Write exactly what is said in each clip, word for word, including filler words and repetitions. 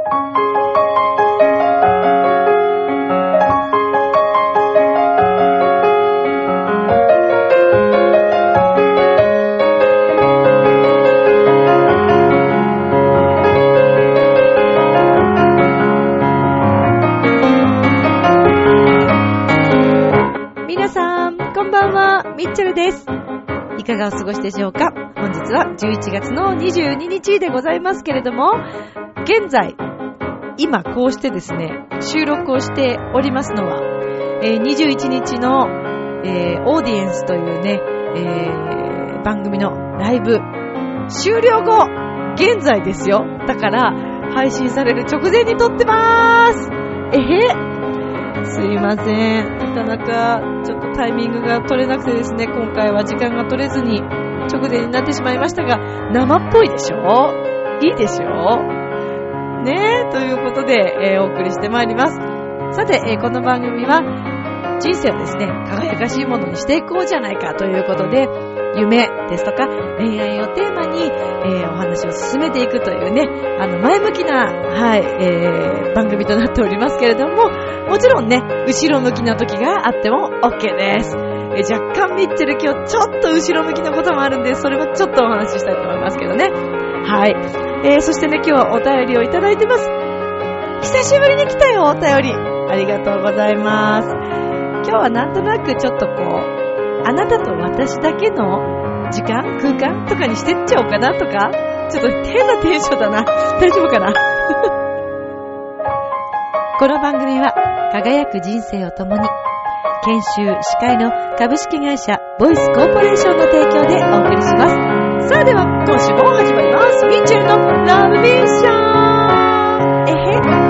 ミッチェルです。いかがお過ごしでしょうか。本日はじゅういちがつのにじゅうににちでございますけれども、現在今こうしてですね収録をしておりますのは、えー、にじゅういちにちの、えー、オーディエンスというね、えー、番組のライブ終了後現在ですよ。だから配信される直前に撮ってまーす。えへすいません、なかなかちょっとタイミングが取れなくてですね、今回は時間が取れずに直前になってしまいましたが、生っぽいでしょ、いいでしょねえ、ということで、えー、お送りしてまいります。さて、えー、この番組は人生をですね輝かしいものにしていこうじゃないかということで、夢ですとか恋愛をテーマに、えー、お話を進めていくというね、あの前向きな、はいえー、番組となっておりますけれども、もちろんね後ろ向きな時があっても OK です。えー、若干ミッチェル今日ちょっと後ろ向きなこともあるんで、それもちょっとお話ししたいと思いますけどね。はい、えー、そしてね今日はお便りをいただいてます。久しぶりに来たよお便り、ありがとうございます。今日はなんとなくちょっとこうあなたと私だけの時間空間とかにしてっちゃおうかなとか、ちょっと変なテンションだな大丈夫かなこの番組は輝く人生を共に研修司会の株式会社ボイスコーポレーションの提供でお送りします。さあでは今週も始まります。ミッチェルのラブミッション。えへ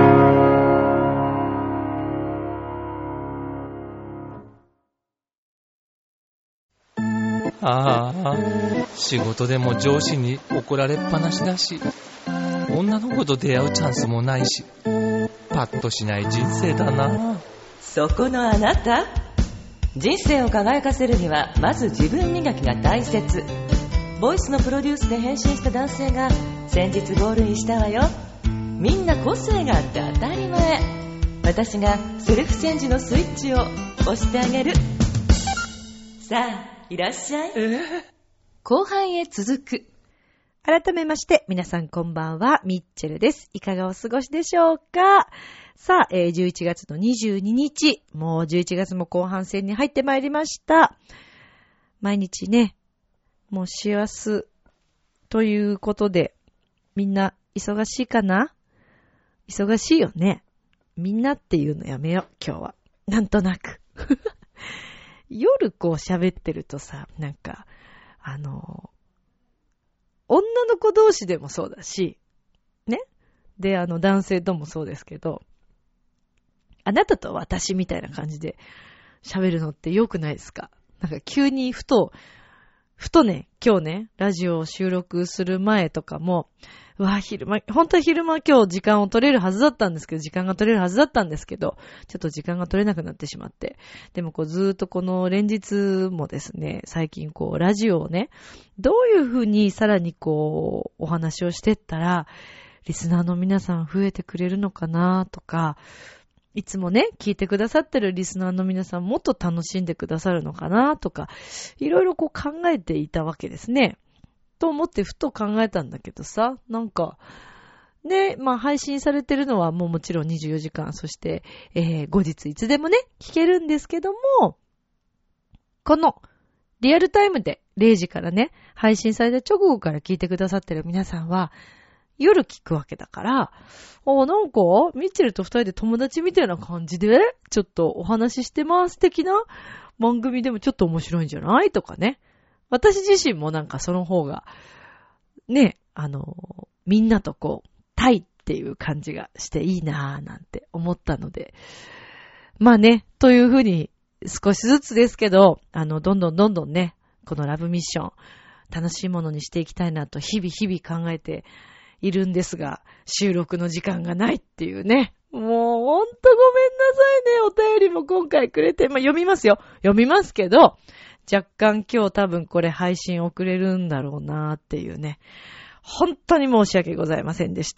ああ、仕事でも上司に怒られっぱなしだし、女の子と出会うチャンスもないし、パッとしない人生だな。 そこのあなた、人生を輝かせるにはまず自分磨きが大切。ボイスのプロデュースで変身した男性が先日ゴールインしたわよ。みんな個性があって当たり前。私がセルフチェンジのスイッチを押してあげる。さあいらっしゃい。後半へ続く。 改めまして皆さんこんばんは、ミッチェルです。いかがお過ごしでしょうか。さあ、えー、じゅういちがつのにじゅうににち、もうじゅういちがつも後半戦に入ってまいりました。毎日ねもう幸せということで、みんな忙しいかな。忙しいよね。みんなっていうのやめよう今日は。なんとなく夜こう喋ってるとさ、なんかあの女の子同士でもそうだしね、であの男性ともそうですけど、あなたと私みたいな感じで喋るのって良くないですか。なんか急にふとふとね、今日ねラジオを収録する前とかも、うわ昼間、本当は昼間今日時間を取れるはずだったんですけど、時間が取れるはずだったんですけど、ちょっと時間が取れなくなってしまって。でもこうずーっとこの連日もですね、最近こうラジオをね、どういうふうにさらにこうお話をしてったら、リスナーの皆さん増えてくれるのかなとか、いつもね、聞いてくださってるリスナーの皆さんもっと楽しんでくださるのかなとか、いろいろこう考えていたわけですね。と思ってふと考えたんだけどさ、なんか、ね、まあ配信されてるのはもうもちろんにじゅうよじかん、そして、えー、後日いつでもね、聞けるんですけども、このリアルタイムでれいじからね、配信された直後から聞いてくださってる皆さんは、夜聞くわけだから、あ、なんか、ミッチェルと二人で友達みたいな感じで、ちょっとお話ししてます的な番組でもちょっと面白いんじゃないとかね。私自身もなんかその方が、ね、あの、みんなとこう、対っていう感じがしていいなぁなんて思ったので、まあね、というふうに少しずつですけど、あの、どんどんどんどんね、このラブミッション、楽しいものにしていきたいなと日々日々考えているんですが、収録の時間がないっていうね。もうほんとごめんなさいね。お便りも今回くれて、まあ、読みますよ。読みますけど、若干今日多分これ配信遅れるんだろうなっていうね。本当に申し訳ございませんでした。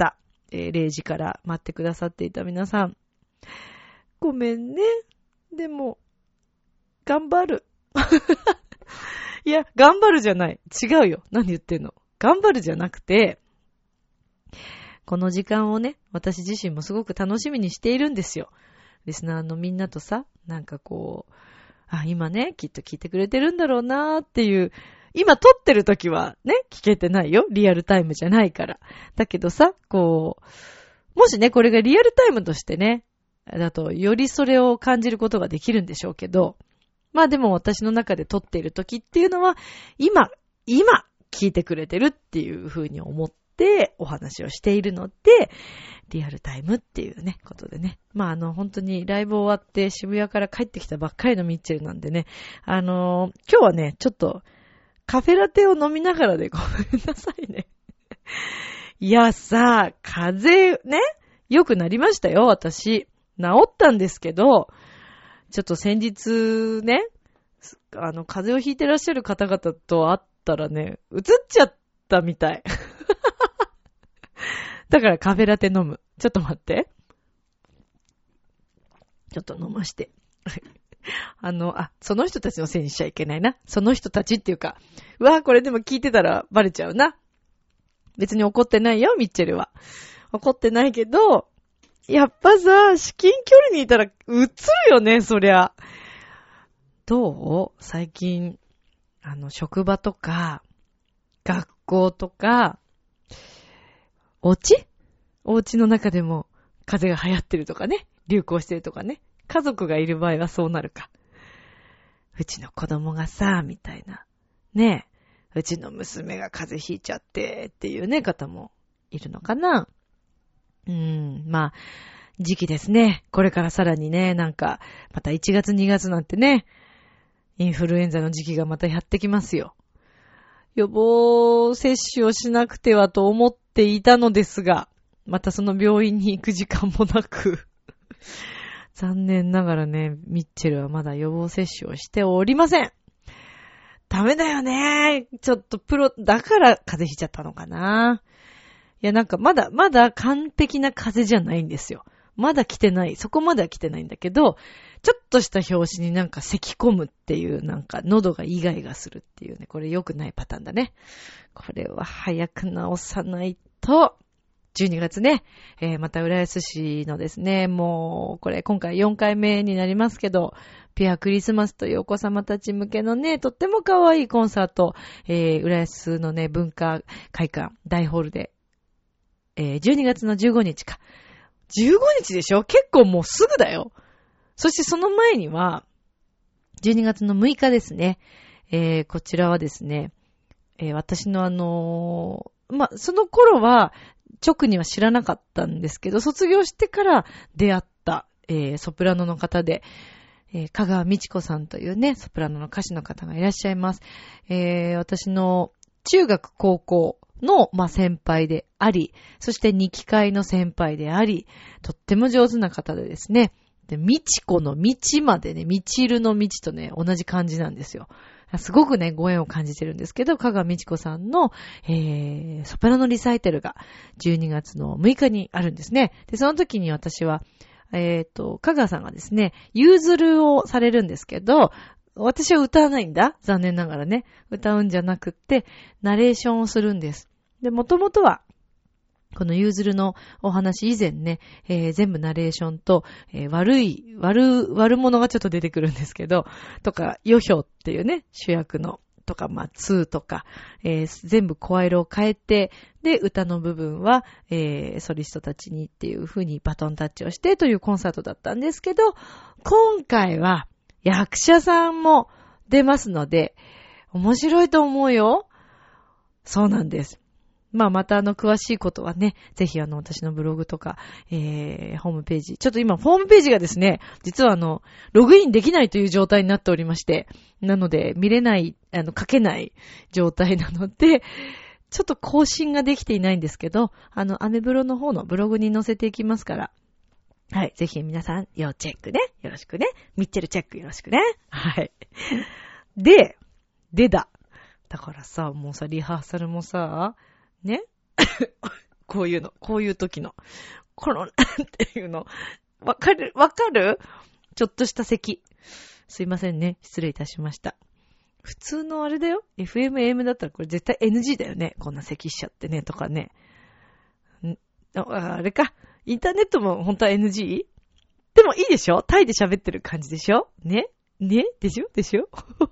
えー、れいじから待ってくださっていた皆さん、ごめんね。でも、頑張る。いや、頑張るじゃない。違うよ。何言ってんの。頑張るじゃなくて、この時間をね、私自身もすごく楽しみにしているんですよ。リスナーのみんなとさ、なんかこう、あ、今ね、きっと聞いてくれてるんだろうなーっていう、今撮ってる時はね、聞けてないよ。リアルタイムじゃないから。だけどさ、こう、もしね、これがリアルタイムとしてね、だと、よりそれを感じることができるんでしょうけど、まあでも私の中で撮っている時っていうのは、今、今、聞いてくれてるっていう風に思ってお話をしているので、リアルタイムっていうね、ことでね。まああの、本当にライブ終わって渋谷から帰ってきたばっかりのミッチェルなんでね、あのー、今日はね、ちょっと、カフェラテを飲みながらでごめんなさいね。いやさ、風邪ね、良くなりましたよ、私。治ったんですけど、ちょっと先日ね、あの、風邪をひいてらっしゃる方々と会ったらね、うつっちゃったみたい。だからカフェラテ飲む。ちょっと待って。ちょっと飲まして。あの、あ、その人たちのせいにしちゃいけないな。その人たちっていうか、うわぁ、これでも聞いてたらバレちゃうな。別に怒ってないよ、ミッチェルは。怒ってないけど、やっぱさ、至近距離にいたら映るよね、そりゃ。どう？最近、あの、職場とか、学校とか、お家？お家の中でも風邪が流行ってるとかね、流行してるとかね。家族がいる場合はそうなるか。うちの子供がさ、みたいな。ねえ、うちの娘が風邪ひいちゃってっていうね、方もいるのかな。うーん、まあ、時期ですね。これからさらにね、なんか、またいちがつにがつなんてね、インフルエンザの時期がまたやってきますよ。予防接種をしなくてはと思っていたのですが、またその病院に行く時間もなく、残念ながらね、ミッチェルはまだ予防接種をしておりません。ダメだよね。ちょっとプロ、だから風邪ひいちゃったのかな。いやなんかまだ、まだ完璧な風邪じゃないんですよ。まだ来てない。そこまでは来てないんだけど、ちょっとした拍子になんか咳込むっていう、なんか喉がイガイガするっていうね、これ良くないパターンだね。これは早く治さないと、じゅうにがつね、えー、また浦安市のですね、もうこれ今回よんかいめになりますけど、ピュアクリスマスというお子様たち向けのね、とっても可愛いコンサート、えー、浦安のね、文化会館大ホールで、えー、じゅうにがつのじゅうごにちか。じゅうごにちでしょ？結構もうすぐだよ。そしてその前には、じゅうにがつのむいかですね。えー、こちらはですね、えー、私のあのー、ま、その頃は、直には知らなかったんですけど、卒業してから出会った、えー、ソプラノの方で、えー、香川美智子さんというね、ソプラノの歌手の方がいらっしゃいます。えー、私の中学高校の、まあ、先輩であり、そして二期会の先輩であり、とっても上手な方でですね、で、美智子の道までね、みちるの道とね、同じ漢字なんですよ。すごくね、ご縁を感じてるんですけど、香川美智子さんの、えー、ソプラノリサイタルがじゅうにがつのむいかにあるんですね。で、その時に私は、えっと、香川さんがですね、ユーズルをされるんですけど、私は歌わないんだ。残念ながらね。歌うんじゃなくって、ナレーションをするんです。で、もともとは、このユーズルのお話以前ね、えー、全部ナレーションと、えー、悪い、悪、悪者がちょっと出てくるんですけど、とか、ヨヒョっていうね、主役の、とか、まあ、ツーとか、えー、全部声色を変えて、で、歌の部分は、えー、ソリストたちにっていう風にバトンタッチをしてというコンサートだったんですけど、今回は役者さんも出ますので、面白いと思うよ。そうなんです。まあまたあの詳しいことはね、ぜひあの私のブログとか、えー、ホームページ。ちょっと今ホームページがですね、実はあの、ログインできないという状態になっておりまして、なので見れない、あの、書けない状態なので、ちょっと更新ができていないんですけど、あの、アメブロの方のブログに載せていきますから、はい、ぜひ皆さん要チェックね。よろしくね。ミッチェルチェックよろしくね。はい。で、でだ。だからさ、もうさ、リハーサルもさ、ねこういうの。こういう時の。この、なんていうの。わかるわかるちょっとした咳。すいませんね。失礼いたしました。普通のあれだよ。エフエム、エーエム だったらこれ絶対 エヌジー だよね。こんな咳しちゃってね。とかね。んあ、あれか。インターネットも本当は エヌジー？ でもいいでしょ？タイで喋ってる感じでしょ？ね？ね？でしょ？でしょ？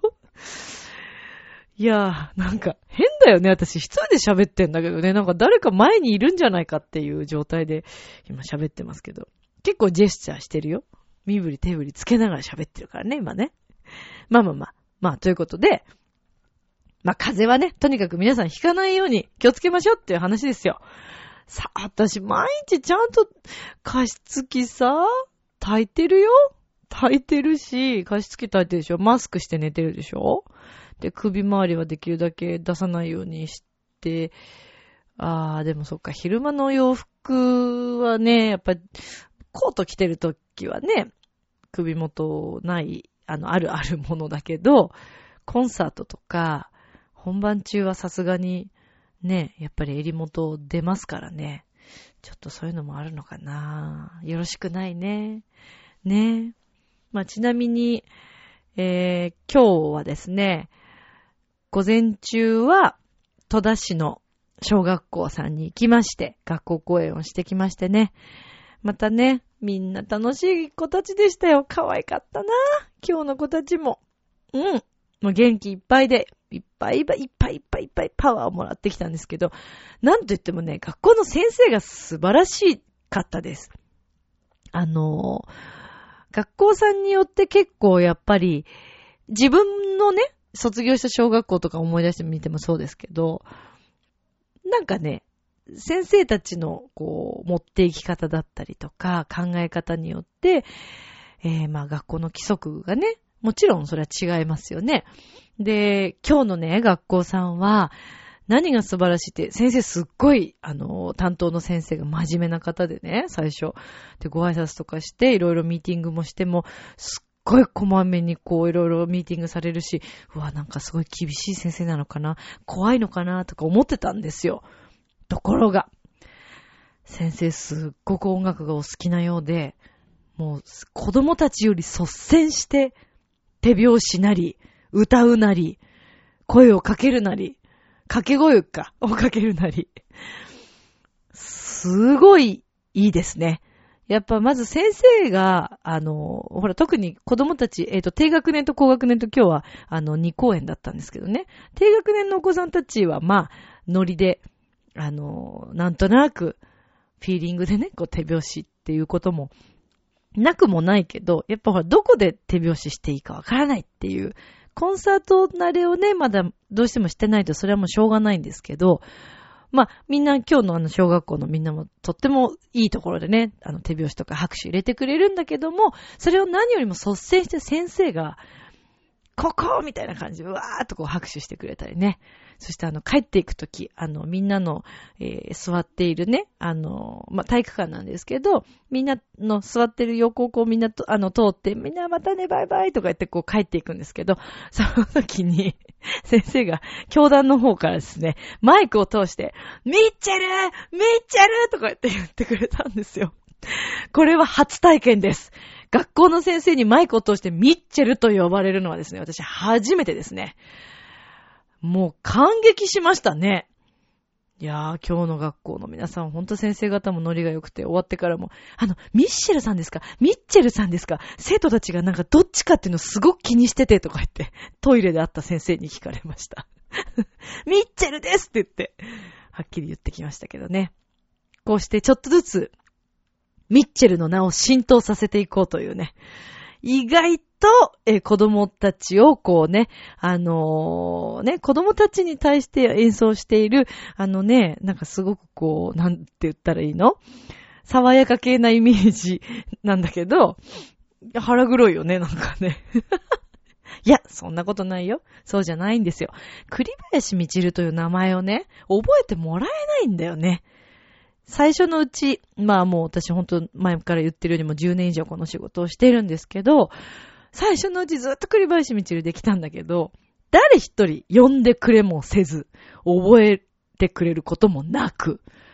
いやー、なんか変だよね。私一人で喋ってんだけどね。なんか誰か前にいるんじゃないかっていう状態で今喋ってますけど。結構ジェスチャーしてるよ。身振り手振りつけながら喋ってるからね、今ね。まあまあまあ。まあ、ということで、まあ風邪はね、とにかく皆さんひかないように気をつけましょうっていう話ですよ。さあ、私毎日ちゃんと加湿器さ、炊いてるよ。炊いてるし、加湿器炊いてるでしょ。マスクして寝てるでしょ。で、首周りはできるだけ出さないようにして、あー、でもそっか、昼間の洋服はね、やっぱり、コート着てるときはね、首元ない、あの、あるあるものだけど、コンサートとか、本番中はさすがに、ね、やっぱり襟元出ますからね。ちょっとそういうのもあるのかな。よろしくないね。ね。まあ、ちなみに、えー、今日はですね、午前中は戸田市の小学校さんに行きまして、学校公演をしてきましてね。またね、みんな楽しい子たちでしたよ。可愛かったな。今日の子たちも。うん。もう元気いっぱいで、いっぱいいっぱいいっぱいいっぱいいっぱいパワーをもらってきたんですけど、なんと言ってもね、学校の先生が素晴らしかったです。あの、学校さんによって結構やっぱり、自分のね、卒業した小学校とか思い出してみてもそうですけど、なんかね、先生たちのこう持っていき方だったりとか考え方によって、えー、まあ学校の規則がね、もちろんそれは違いますよね。で、今日のね、学校さんは何が素晴らしいって、先生すっごい、あの、担当の先生が真面目な方でね、最初。で、ご挨拶とかして、いろいろミーティングもしても、すっごいこまめにこう、いろいろミーティングされるし、うわ、なんかすごい厳しい先生なのかな、怖いのかな、とか思ってたんですよ。ところが、先生すっごく音楽がお好きなようで、もう子供たちより率先して手拍子なり、歌うなり、声をかけるなり、掛け声かをかけるなり、すごいいいですね。やっぱまず先生が、あの、ほら特に子供たち、えっと、低学年と高学年と今日は、あの、に公演だったんですけどね。低学年のお子さんたちは、まあ、ノリで、あの、なんとなく、フィーリングでね、こう手拍子っていうことも、なくもないけど、やっぱほら、どこで手拍子していいかわからないっていう、コンサート慣れをね、まだどうしてもしてないと、それはもうしょうがないんですけど、まあ、みんな今日のあの小学校のみんなもとってもいいところでね、あの手拍子とか拍手入れてくれるんだけども、それを何よりも率先して先生が、ここみたいな感じで、うわーっとこう拍手してくれたりね。そしてあの帰っていくとき、あのみんなの、えー、座っているね、あの、まあ、体育館なんですけど、みんなの座ってる横をこうみんなと、あの通って、みんなまたねバイバイとか言ってこう帰っていくんですけど、その時に先生が教壇の方からですね、マイクを通して、ミッチェルミッチェルとか言って言ってくれたんですよ。これは初体験です。学校の先生にマイクを通してミッチェルと呼ばれるのはですね、私初めてですね。もう感激しましたね。いやー、今日の学校の皆さん、ほんと先生方もノリが良くて、終わってからも、あの、ミッシェルさんですか？ミッチェルさんですか？生徒たちがなんかどっちかっていうのをすごく気にしててとか言って、トイレで会った先生に聞かれました。ミッチェルですって言って、はっきり言ってきましたけどね。こうしてちょっとずつ、ミッチェルの名を浸透させていこうというね。意外と、えー、子供たちをこうね、あのー、ね、子供たちに対して演奏している、あのね、なんかすごくこう、なんて言ったらいいの？爽やか系なイメージなんだけど、腹黒いよね、なんかね。いや、そんなことないよ。そうじゃないんですよ。栗林みちるという名前をね、覚えてもらえないんだよね。最初のうち、まあもう私本当前から言ってるよりもじゅうねん以上この仕事をしてるんですけど、最初のうちずっと栗林みちるできたんだけど、誰一人呼んでくれもせず、覚えてくれることもなく、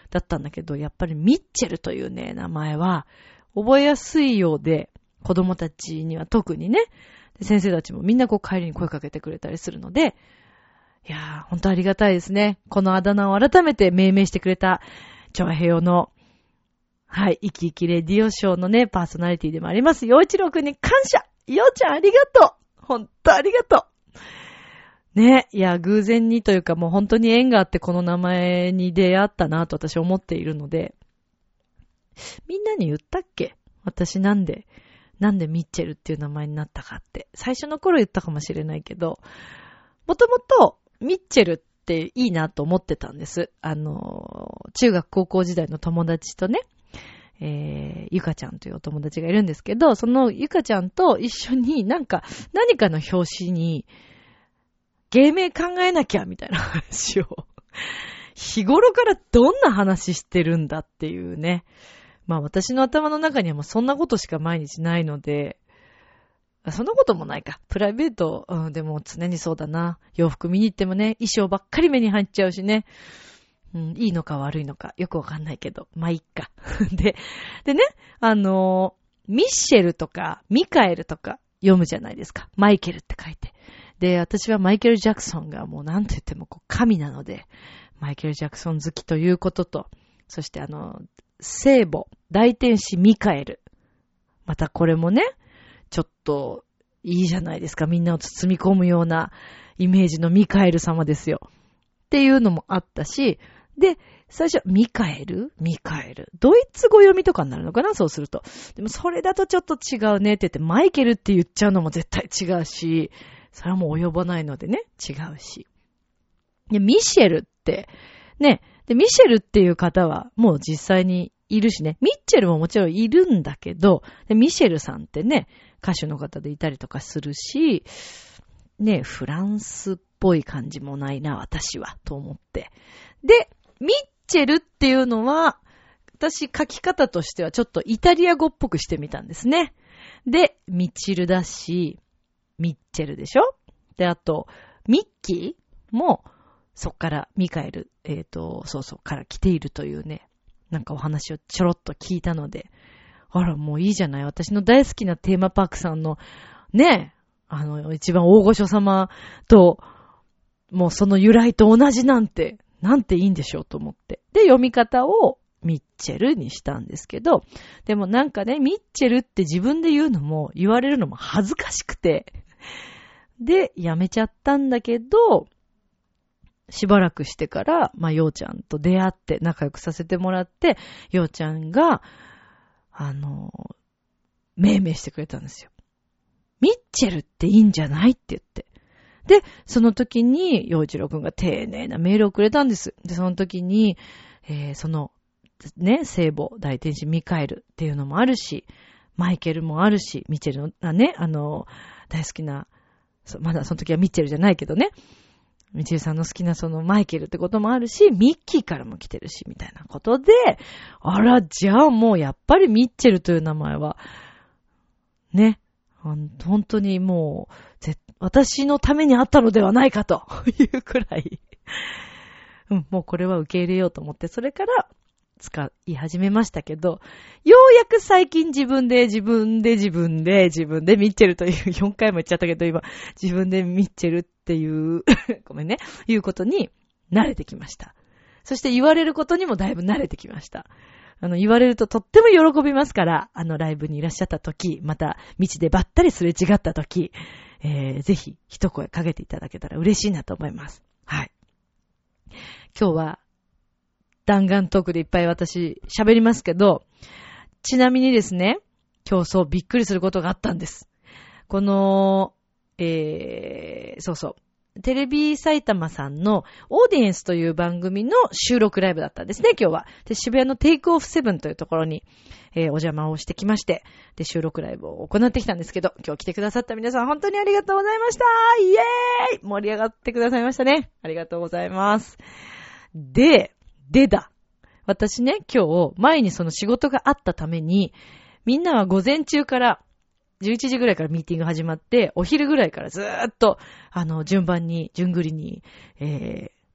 だったんだけど、やっぱりミッチェルというね、名前は覚えやすいようで、子供たちには特にね、先生たちもみんなこう帰りに声かけてくれたりするので、いやー、本当ありがたいですね。このあだ名を改めて命名してくれた、チョアヘヨの、はい、生き生きレディオショーのね、パーソナリティでもあります、陽一郎くんに感謝。陽ちゃんありがとう。本当ありがとう。ね、いや、偶然にというかもう本当に縁があってこの名前に出会ったなと私は思っているので、みんなに言ったっけ？私なんで、なんでミッチェルっていう名前になったかって。最初の頃言ったかもしれないけど、もともとミッチェルっていいなと思ってたんです。あの、中学高校時代の友達とね、えー、ゆかちゃんというお友達がいるんですけど、そのゆかちゃんと一緒になんか何かの表紙に芸名考えなきゃみたいな話を日頃からどんな話してるんだっていうね。まあ私の頭の中にはもうそんなことしか毎日ないので、そんなこともないか。プライベート、うん、でも常にそうだな。洋服見に行ってもね、衣装ばっかり目に入っちゃうしね。うん、いいのか悪いのかよくわかんないけど、まあいいか。で、でね、あのー、ミッシェルとかミカエルとか読むじゃないですか。マイケルって書いて。で、私はマイケル・ジャクソンがもうなんと言ってもこう神なので、マイケル・ジャクソン好きということと、そしてあの、聖母、大天使ミカエル。またこれもね、ちょっといいじゃないですか。みんなを包み込むようなイメージのミカエル様ですよ。っていうのもあったし、で、最初、ミカエルミカエル。ドイツ語読みとかになるのかなそうすると。でもそれだとちょっと違うねって言って、マイケルって言っちゃうのも絶対違うし、それはもう及ばないのでね、違うし。で、ミシェルって、ね、で、ミシェルっていう方はもう実際にいるしね、ミッチェルももちろんいるんだけど、でミシェルさんってね、歌手の方でいたりとかするし、ね、フランスっぽい感じもないな、私は、と思って。で、ミッチェルっていうのは、私書き方としてはちょっとイタリア語っぽくしてみたんですね。で、ミチルだし、ミッチェルでしょ？で、あと、ミッキーも、そっからミカエル、えっと、そうそう、から来ているというね、なんかお話をちょろっと聞いたので、あら、もういいじゃない。私の大好きなテーマパークさんの、ね、あの、一番大御所様と、もうその由来と同じなんて、なんていいんでしょうと思って。で、読み方をミッチェルにしたんですけど、でもなんかね、ミッチェルって自分で言うのも、言われるのも恥ずかしくて、で、やめちゃったんだけど、しばらくしてから、まあ、ようちゃんと出会って仲良くさせてもらって、ようちゃんが、あの、命名してくれたんですよ。ミッチェルっていいんじゃないって言って。で、その時に、陽一郎くんが丁寧なメールをくれたんです。で、その時に、えー、その、ね、聖母、大天使ミカエルっていうのもあるし、マイケルもあるし、ミッチェルの、ね、あの、大好きな、まだその時はミッチェルじゃないけどね、ミッチェルさんの好きなそのマイケルってこともあるし、ミッキーからも来てるし、みたいなことで、あら、じゃあもうやっぱりミッチェルという名前は、ね、本当にもう、私のためにあったのではないかというくらい、うん、もうこれは受け入れようと思って、それから使い始めましたけど、ようやく最近自分で自分で自分で自分でミッチェルというよんかいも言っちゃったけど、今自分でミッチェルっていうごめんね、いうことに慣れてきました。そして言われることにもだいぶ慣れてきました。あの、言われるととっても喜びますから、あの、ライブにいらっしゃった時、また、道でばったりすれ違った時、えー、ぜひ、一声かけていただけたら嬉しいなと思います。はい。今日は、弾丸トークでいっぱい私、喋りますけど、ちなみにですね、今日そう、びっくりすることがあったんです。この、えー、そうそう。テレビ埼玉さんのオーディエンスという番組の収録ライブだったんですね、今日は。で、渋谷のテイクオフセブンというところに、えー、お邪魔をしてきまして、で、収録ライブを行ってきたんですけど、今日来てくださった皆さん本当にありがとうございました。イエーイ！盛り上がってくださいましたね。ありがとうございます。で、でだ。私ね、今日、前にその仕事があったために、みんなは午前中から、じゅういちじぐらいからミーティング始まって、お昼ぐらいからずーっと、あの、順番に、順繰りに、えー、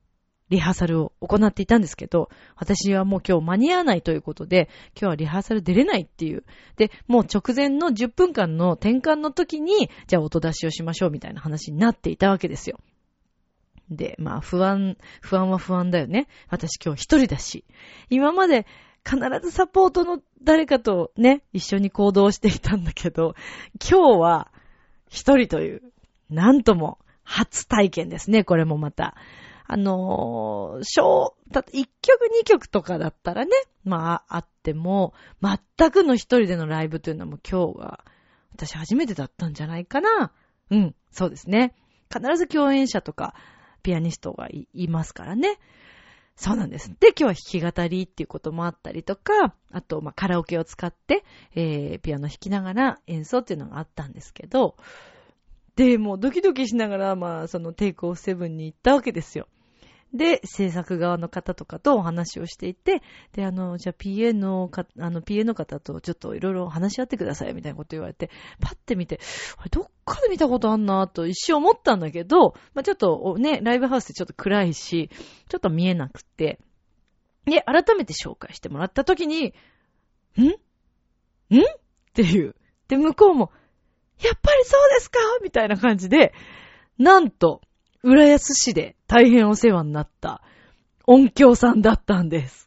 リハーサルを行っていたんですけど、私はもう今日間に合わないということで、今日はリハーサル出れないっていう。で、もう直前のじゅっぷんかんの転換の時に、じゃあ音出しをしましょうみたいな話になっていたわけですよ。で、まあ不安、不安は不安だよね。私今日一人だし。今まで必ずサポートの誰かとね、一緒に行動していたんだけど、今日は一人という、なんとも初体験ですね、これもまた。あのー、小、たといっきょくにきょくとかだったらね、まああっても、全くの一人でのライブというのはもう今日が、私初めてだったんじゃないかな。うん、そうですね。必ず共演者とか、ピアニストが い, いますからね。そうなんです。で、今日は弾き語りっていうこともあったりとか、あと、まあ、カラオケを使って、えー、ピアノ弾きながら演奏っていうのがあったんですけど、で、もうドキドキしながら、まあ、そのテイクオフセブンに行ったわけですよ。で、制作側の方とかとお話をしていて、で、あの、じゃあ ピーエー のか、あの ピーエー の方とちょっといろいろ話し合ってくださいみたいなこと言われて、パッて見て、あれどっかで見たことあんなと一瞬思ったんだけど、まあ、ちょっとね、ライブハウスってちょっと暗いし、ちょっと見えなくて、で、改めて紹介してもらったときに、んんっていう。で、向こうも、やっぱりそうですかみたいな感じで、なんと、浦安市で大変お世話になった音響さんだったんです。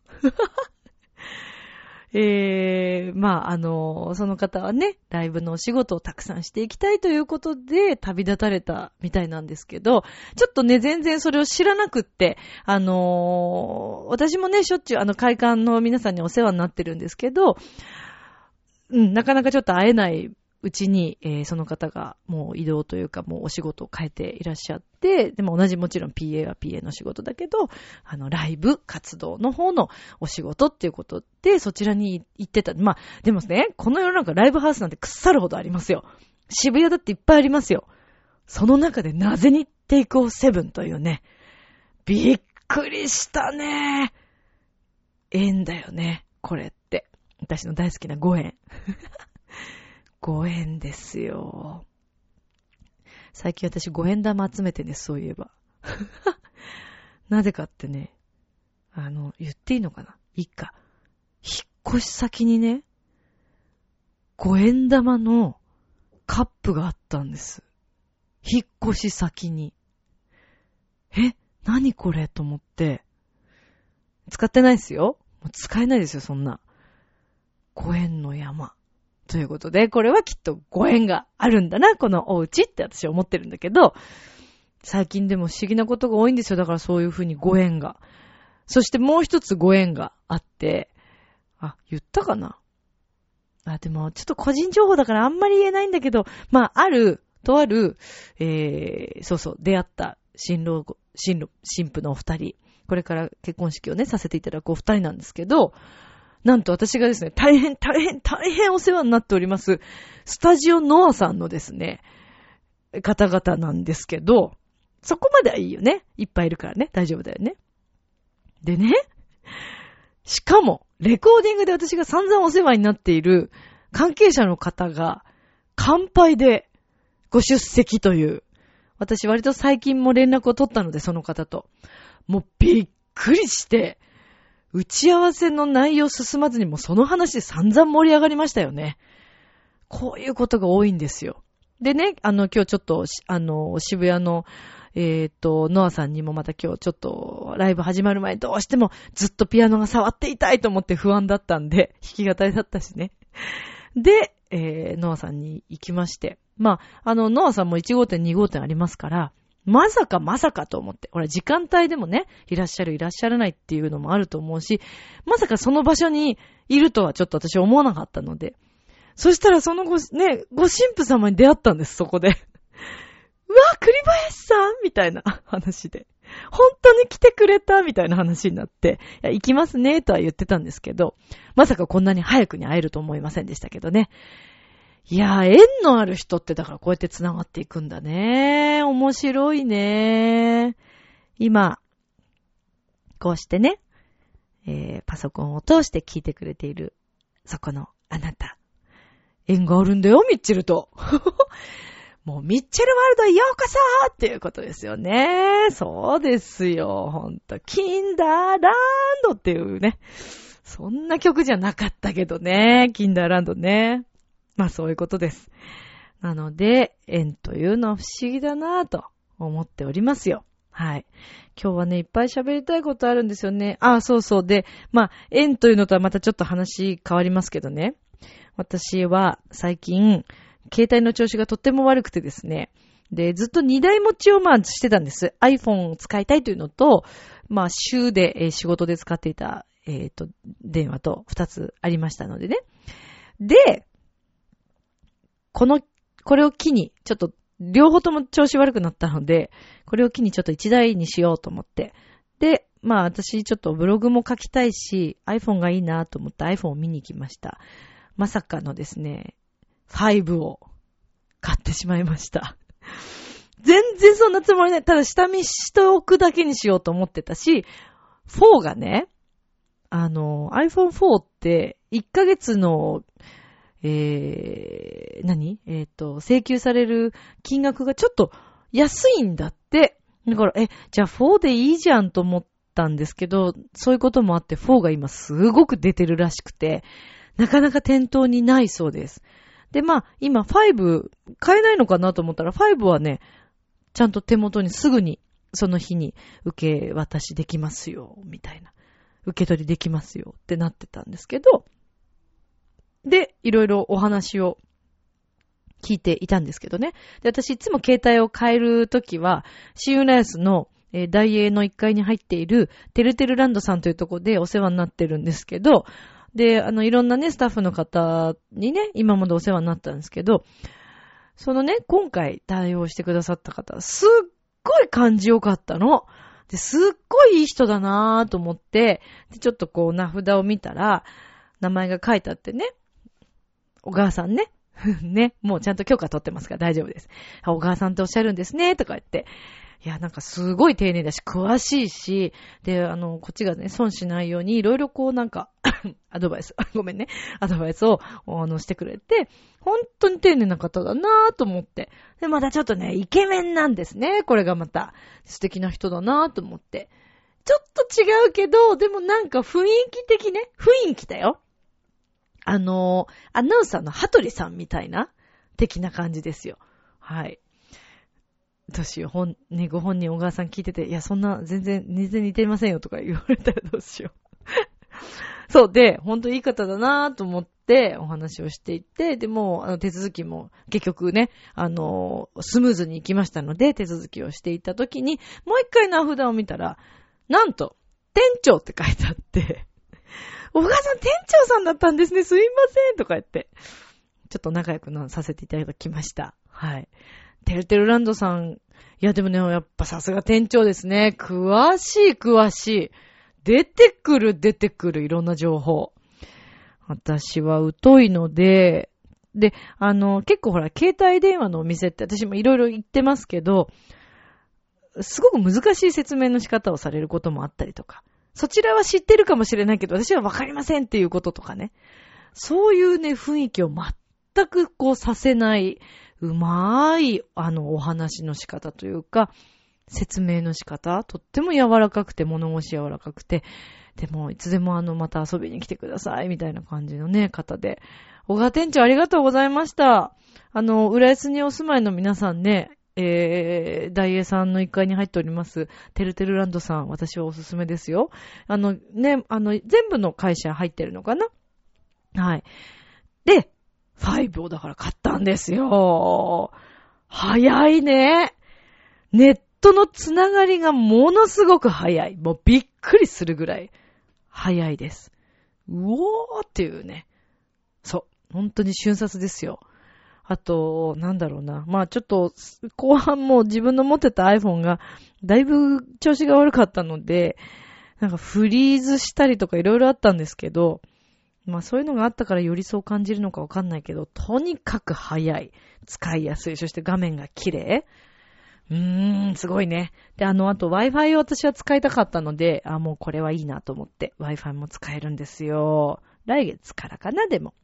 えー、まあ、あの、その方はね、ライブのお仕事をたくさんしていきたいということで旅立たれたみたいなんですけど、ちょっとね、全然それを知らなくって、あのー、私もね、しょっちゅうあの会館の皆さんにお世話になってるんですけど、うん、なかなかちょっと会えないうちに、えー、その方がもう移動というかもうお仕事を変えていらっしゃって、でも同じもちろん ピーエー は ピーエー の仕事だけど、あのライブ活動の方のお仕事っていうことでそちらに行ってた。まあでもね、この世の中ライブハウスなんて腐るほどありますよ。渋谷だっていっぱいありますよ。その中でなぜにテイクオフセブンというね、びっくりしたね。縁だよね、これって。私の大好きなご縁。ご縁ですよ。最近私ご縁玉集めてね、そういえば。なぜかってね、あの、言っていいのかな？いいか。引っ越し先にね、ご縁玉のカップがあったんです。引っ越し先に。え？何これ？と思って。使ってないですよ。もう使えないですよ、そんな。ご縁の山。ということで、これはきっとご縁があるんだな、このお家って私は思ってるんだけど、最近でも不思議なことが多いんですよ。だからそういうふうにご縁が。そしてもう一つご縁があって、あ、言ったかな？あ、でもちょっと個人情報だからあんまり言えないんだけど、まあ、ある、とある、えー、そうそう、出会った新郎、新郎、新婦のお二人、これから結婚式をね、させていただくお二人なんですけど、なんと私がですね、大変大変大変お世話になっております、スタジオノアさんのですね、方々なんですけど、そこまではいいよね。いっぱいいるからね、大丈夫だよね。でね、しかも、レコーディングで私が散々お世話になっている関係者の方が、乾杯でご出席という、私割と最近も連絡を取ったので、その方と。もうびっくりして、打ち合わせの内容進まずにもその話で散々盛り上がりましたよね。こういうことが多いんですよ。でね、あの今日ちょっと、あの、渋谷の、えっと、ノアさんにもまた今日ちょっとライブ始まる前どうしてもずっとピアノが触っていたいと思って不安だったんで、弾き語りだったしね。で、えー、ノアさんに行きまして。まあ、あの、ノアさんもいち号店に号店ありますから、まさかまさかと思って。ほら、時間帯でもね、いらっしゃるいらっしゃらないっていうのもあると思うし、まさかその場所にいるとはちょっと私思わなかったので。そしたらそのご、ね、ご神父様に出会ったんです、そこで。うわ、栗林さんみたいな話で。本当に来てくれたみたいな話になって、いや、行きますねとは言ってたんですけど、まさかこんなに早くに会えると思いませんでしたけどね。いやー、縁のある人ってだからこうやって繋がっていくんだね。面白いね。今、こうしてね、えー、パソコンを通して聞いてくれている、そこのあなた。縁があるんだよ、ミッチェルと。 もうミッチェルワールドへようこそっていうことですよね。そうですよ。ほんと。キンダーランドっていうね。そんな曲じゃなかったけどね。キンダーランドね。まあそういうことです。なので、縁というのは不思議だなぁと思っておりますよ。はい。今日はね、いっぱい喋りたいことあるんですよね。ああ、そうそう。で、まあ、縁というのとはまたちょっと話変わりますけどね。私は最近、携帯の調子がとっても悪くてですね。で、ずっとにだい持ちをまあしてたんです。iPhone を使いたいというのと、まあ、週で、えー、仕事で使っていた、えっと、電話とふたつありましたのでね。で、この、これを機に、ちょっと、両方とも調子悪くなったので、これを機にちょっと一台にしようと思って。で、まあ私ちょっとブログも書きたいし、iPhone がいいなと思って iPhone を見に行きました。まさかのですね、ファイブを買ってしまいました。全然そんなつもりない。ただ下見しておくだけにしようと思ってたし、フォーがね、あの、iPhone フォーっていっかげつのえー、何えっと、請求される金額がちょっと安いんだって。だから、え、じゃあフォーでいいじゃんと思ったんですけど、そういうこともあってフォーが今すごく出てるらしくて、なかなか店頭にないそうです。で、まあ、今ファイブ買えないのかなと思ったら、ファイブはね、ちゃんと手元にすぐに、その日に受け渡しできますよ、みたいな。受け取りできますよってなってたんですけど、で、いろいろお話を聞いていたんですけどね。で、私いつも携帯を変えるときは、シーユーナイスの、えー、大英のいっかいに入っているテルテルランドさんというところでお世話になってるんですけど、で、あの、いろんなね、スタッフの方にね、今までお世話になったんですけど、そのね、今回対応してくださった方、すっごい感じよかったの。で、すっごいいい人だなぁと思って、で、ちょっとこう、名札を見たら、名前が書いてあってね、小川さんね。ね。もうちゃんと許可取ってますから大丈夫です。小川さんっておっしゃるんですね。とか言って。いや、なんかすごい丁寧だし、詳しいし、で、あの、こっちがね、損しないように、いろいろこうなんか、アドバイス、ごめんね。アドバイスを、あの、してくれて、本当に丁寧な方だなぁと思って。で、またちょっとね、イケメンなんですね。これがまた、素敵な人だなぁと思って。ちょっと違うけど、でもなんか雰囲気的ね、雰囲気だよ。あの、アナウンサーの羽鳥さんみたいな、的な感じですよ。はい。どうしよう、本、ね、ご本人小川さん聞いてて、いや、そんな、全然、全然似てませんよとか言われたらどうしよう。そうで、ほんといい方だなぁと思ってお話をしていて、でも、あの、手続きも結局ね、あの、スムーズに行きましたので、手続きをしていたときに、もう一回名札を見たら、なんと、店長って書いてあって、小川さん店長さんだったんですね。すいません。とか言って。ちょっと仲良くなさせていただきました。はい。テルテルランドさん。いやでもね、やっぱさすが店長ですね。詳しい詳しい。出てくる出てくるいろんな情報。私は疎いので、で、あの、結構ほら、携帯電話のお店って私もいろいろ言ってますけど、すごく難しい説明の仕方をされることもあったりとか。そちらは知ってるかもしれないけど、私はわかりませんっていうこととかね。そういうね、雰囲気を全くこうさせない、うまい、あの、お話の仕方というか、説明の仕方、とっても柔らかくて、物腰柔らかくて、でも、いつでもあの、また遊びに来てください、みたいな感じのね、方で。小川店長ありがとうございました。あの、浦安にお住まいの皆さんね、えー、大英さんのいっかいに入っております、テルテルランドさん、私はおすすめですよ。あの、ね、あの、全部の会社入ってるのかな？はい。で、ファイブをだから買ったんですよ。早いね。ネットのつながりがものすごく早い。もうびっくりするぐらい早いです。うおーっていうね。そう。本当に瞬殺ですよ。あと、なんだろうな。まあちょっと、後半も自分の持ってた iPhone がだいぶ調子が悪かったので、なんかフリーズしたりとかいろいろあったんですけど、まあそういうのがあったからよりそう感じるのかわかんないけど、とにかく早い。使いやすい。そして画面が綺麗。うーん、すごいね。で、あの、あと Wi-Fi を私は使いたかったので、あ、もうこれはいいなと思って Wi-Fi も使えるんですよ。来月からかな、でも。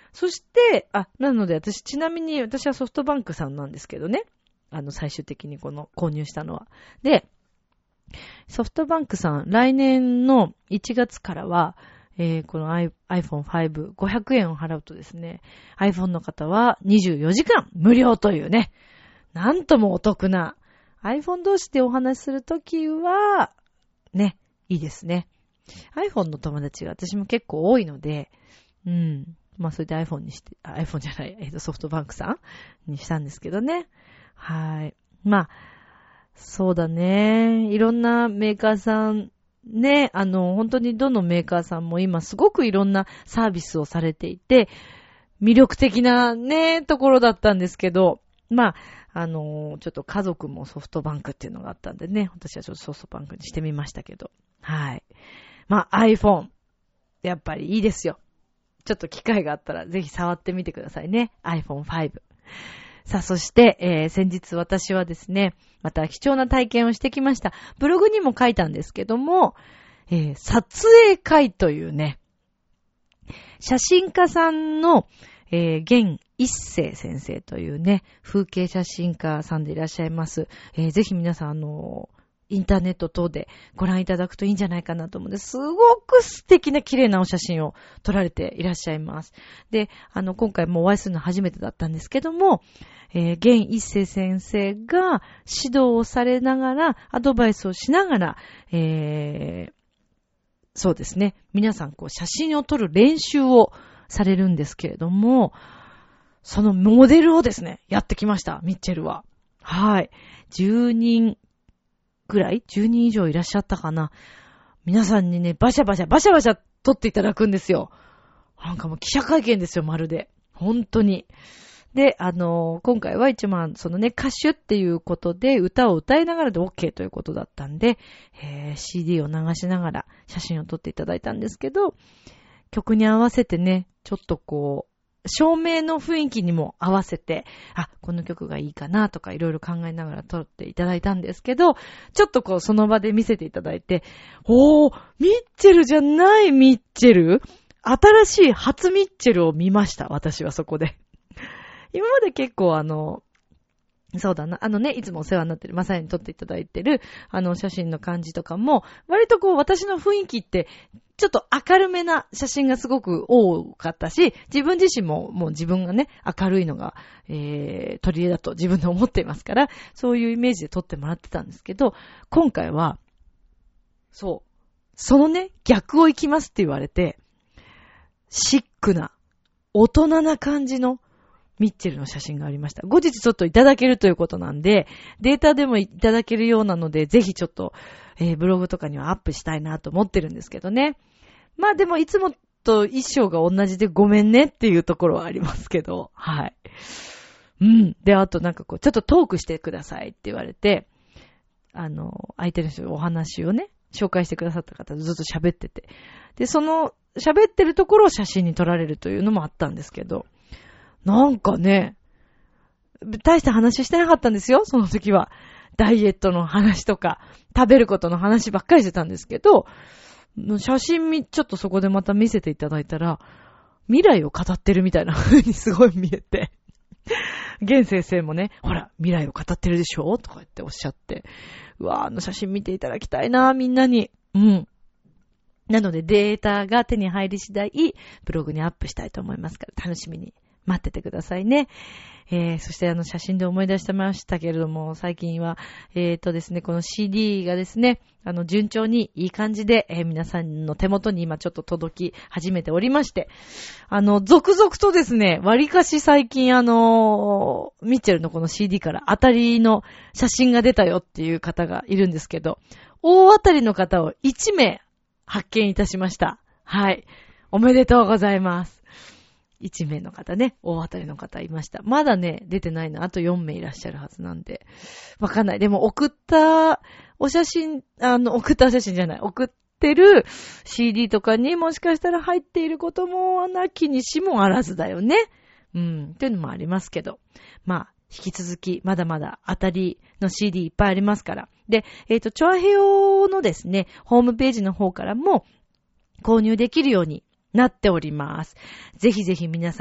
そして、あ、なので私、ちなみに私はソフトバンクさんなんですけどね。あの、最終的にこの購入したのは。で、ソフトバンクさん、来年のいちがつからは、えー、この アイフォンファイブ、ごひゃくえんを払うとですね、iPhone の方はにじゅうよじかん無料というね、なんともお得な、iPhone 同士でお話しするときは、ね、いいですね。iPhone の友達が私も結構多いので、うん。まあ、それで iPhone にして、iPhone じゃない、えっと、ソフトバンクさんにしたんですけどね。はい。まあ、そうだね。いろんなメーカーさん、ね、あの、本当にどのメーカーさんも今すごくいろんなサービスをされていて、魅力的なね、ところだったんですけど、まあ、あの、ちょっと家族もソフトバンクっていうのがあったんでね、私はちょっとソフトバンクにしてみましたけど、はい。まあ、iPhone、やっぱりいいですよ。ちょっと機会があったらぜひ触ってみてくださいね。アイフォンファイブ。さあ、そして、えー、先日私はですね、また貴重な体験をしてきました。ブログにも書いたんですけども、えー、撮影会というね、写真家さんの、えー、現一世先生というね、風景写真家さんでいらっしゃいます。えー、ぜひ皆さん、あのー、インターネット等でご覧いただくといいんじゃないかなと思うんです。すごく素敵な綺麗なお写真を撮られていらっしゃいます。で、あの、今回もお会いするの初めてだったんですけども、えー、現一世先生が指導をされながら、アドバイスをしながら、えー、そうですね、皆さんこう写真を撮る練習をされるんですけれども、そのモデルをですね、やってきました、ミッチェルは。はい。じゅうにんぐらい ?じゅう 人以上いらっしゃったかな。皆さんにね、バシャバシャ、バシャバシャ撮っていただくんですよ。なんかもう記者会見ですよ、まるで。本当に。で、あのー、今回は一番、そのね、歌手っていうことで、歌を歌いながらで OK ということだったんで、えー、シーディー を流しながら写真を撮っていただいたんですけど、曲に合わせてね、ちょっとこう、照明の雰囲気にも合わせて、あ、この曲がいいかなとかいろいろ考えながら撮っていただいたんですけど、ちょっとこうその場で見せていただいて、おー、ミッチェルじゃないミッチェル？新しい初ミッチェルを見ました、私はそこで。今まで結構あの、そうだな、あのね、いつもお世話になってる、まさに撮っていただいてる、あの写真の感じとかも、割とこう私の雰囲気って、ちょっと明るめな写真がすごく多かったし、自分自身ももう自分がね、明るいのが、えー、取り柄だと自分で思っていますから、そういうイメージで撮ってもらってたんですけど、今回は、そう、そのね、逆を行きますって言われて、シックな、大人な感じの、ミッチェルの写真がありました。後日ちょっといただけるということなんで、データでもいただけるようなので、ぜひちょっと、えー、ブログとかにはアップしたいなと思ってるんですけどね。まあでもいつもと衣装が同じでごめんねっていうところはありますけど、はい。うん。で、あとなんかこう、ちょっとトークしてくださいって言われて、あの、相手の人のお話をね、紹介してくださった方ずっと喋ってて。で、その、喋ってるところを写真に撮られるというのもあったんですけど、なんかね、大した話してなかったんですよ、その時は。ダイエットの話とか、食べることの話ばっかりしてたんですけど、写真み、ちょっとそこでまた見せていただいたら、未来を語ってるみたいな風にすごい見えて。現先生もね、ほら、未来を語ってるでしょとか言っておっしゃって。うわぁ、あの写真見ていただきたいな、みんなに。うん。なのでデータが手に入り次第、ブログにアップしたいと思いますから、楽しみに待っててくださいね。えー、そしてあの写真で思い出してましたけれども、最近は、えーとですね、この シーディー がですね、あの順調にいい感じで、えー、皆さんの手元に今ちょっと届き始めておりまして、あの、続々とですね、割かし最近あの、ミッチェルのこの シーディー から当たりの写真が出たよっていう方がいるんですけど、大当たりの方をいちめい発見いたしました。はい。おめでとうございます。いちめいの方ね、大当たりの方いました。まだね、出てないの、あとよんめいいらっしゃるはずなんで、わかんない。でも送ったお写真、あの、送ったお写真じゃない、送ってる シーディー とかにもしかしたら入っていることもなきにしもあらずだよね。うん、っていうのもありますけど。まあ、引き続き、まだまだ当たりの シーディー いっぱいありますから。で、えっと、チョアヘヨのですね、ホームページの方からも購入できるようになっております。ぜひぜひ皆さん、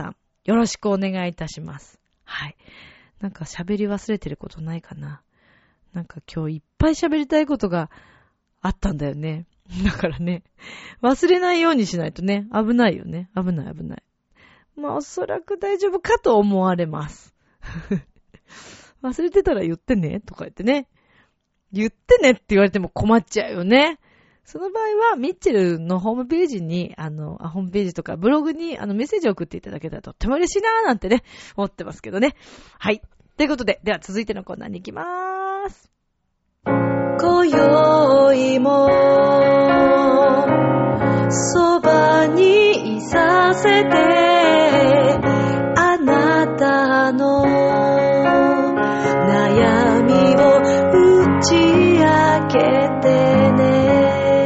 よろしくお願いいたします。はい。なんか喋り忘れてることないかな。なんか今日いっぱい喋りたいことがあったんだよね。だからね、忘れないようにしないとね、危ないよね。危ない危ない。まあおそらく大丈夫かと思われます。忘れてたら言ってねとか言ってね。言ってねって言われても困っちゃうよね。その場合は、ミッチェルのホームページに、あの、あホームページとかブログにあのメッセージを送っていただけたらとっても嬉しいなーなんてね、思ってますけどね。はい。ということで、では続いてのコーナーに行きまーす。今宵も、そばにいさせて、あなたの悩みを打ち明けてね。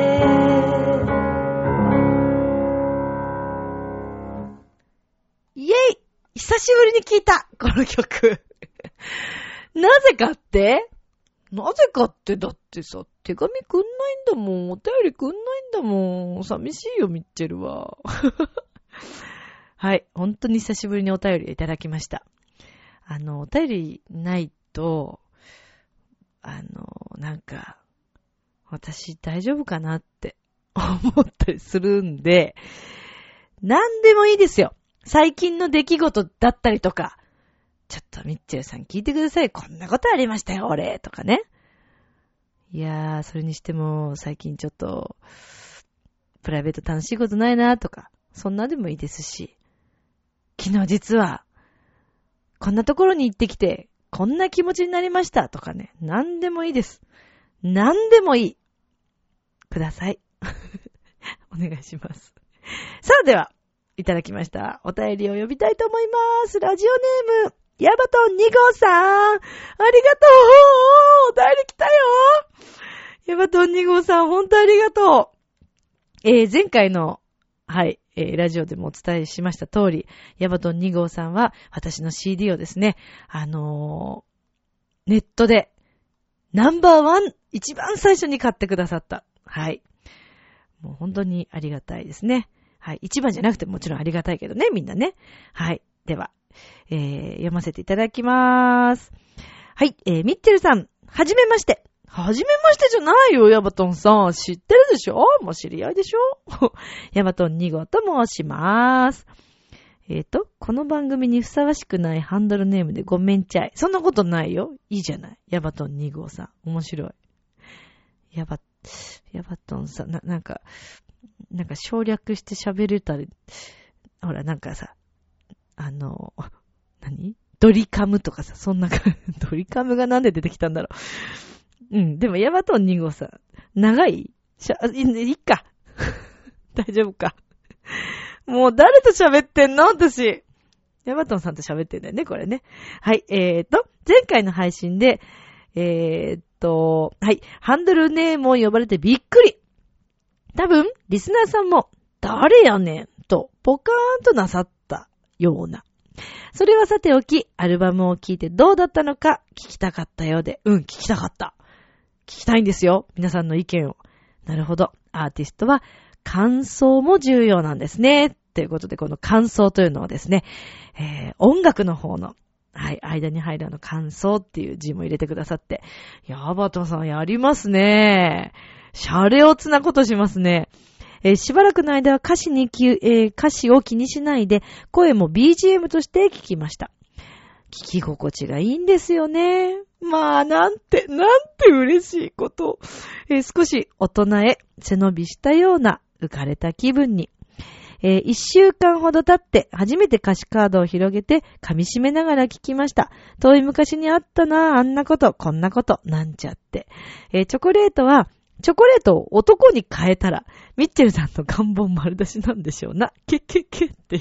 イェイ！久しぶりに聞いたこの曲。なぜかってなぜかってだってさ、手紙くんないんだもん。お便りくんないんだもん。寂しいよ、ミッチェルは。はい。本当に久しぶりにお便りいただきました。あの、お便りないと、あの、なんか、私大丈夫かなって思ったりするんで、何でもいいですよ。最近の出来事だったりとか、ちょっとミッチェルさん聞いてください。こんなことありましたよ、俺。とかね。いやー、それにしても、最近ちょっと、プライベート楽しいことないなとか、そんなでもいいですし、昨日実は、こんなところに行ってきて、こんな気持ちになりましたとかね。何でもいいです。何でもいい。ください。お願いします。さあ、では、いただきました。お便りを呼びたいと思います。ラジオネーム、ヤバトンに号さん。ありがとう。お便り来たよ。ヤバトンに号さん、本当ありがとう。えー、前回の、はい、えー、ラジオでもお伝えしました通り、ヤバトンに号さんは、私の シーディー をですね、あのー、ネットで、ナンバーワン、一番最初に買ってくださった。はい。もう本当にありがたいですね。はい。一番じゃなくてもちろんありがたいけどね、みんなね。はい。では、えー、読ませていただきまーす。はい。えー、ミッチェルさん、はじめまして。はじめましてじゃないよ、ヤバトンさん。知ってるでしょ？もう知り合いでしょ？ヤバトンに号と申しまーす。えーと、この番組にふさわしくないハンドルネームでごめんちゃい。そんなことないよ。いいじゃない。ヤバトンに号さん。面白い。ヤバ、ヤバトンさん、な、なんか、なんか省略して喋れたり、ほら、なんかさ、あの、何？ドリカムとかさ、そんな、ドリカムがなんで出てきたんだろう。うん、でもヤバトンに号さん、長い？しゃ、いい、いいか。大丈夫か。もう誰と喋ってんの？私。ヤバトンさんと喋ってんだよね、これね。はい、えーと、前回の配信で、えーと、はい、ハンドルネームを呼ばれてびっくり。多分、リスナーさんも、誰やねんと、ポカーンとなさったような。それはさておき、アルバムを聴いてどうだったのか聞きたかったようで、うん、聞きたかった。聞きたいんですよ。皆さんの意見を。なるほど。アーティストは、感想も重要なんですね。ということで、この感想というのはですね、えー、音楽の方の、はい、間に入るあの感想っていう字も入れてくださって、ヤバトさんやりますね。シャレオツなことしますね。えー、しばらくの間は歌詞にき、えー、歌詞を気にしないで、声も ビージーエム として聞きました。聞き心地がいいんですよね。まあ、なんて、なんて嬉しいこと。えー、少し大人へ背伸びしたような浮かれた気分に。えー、一週間ほど経って初めて歌詞カードを広げて噛み締めながら聞きました。遠い昔にあったな、あんなこと、こんなこと、なんちゃって。えー、チョコレートは、チョコレートを男に変えたら、ミッチェルさんの願望丸出しなんでしょうな。けけけっていう。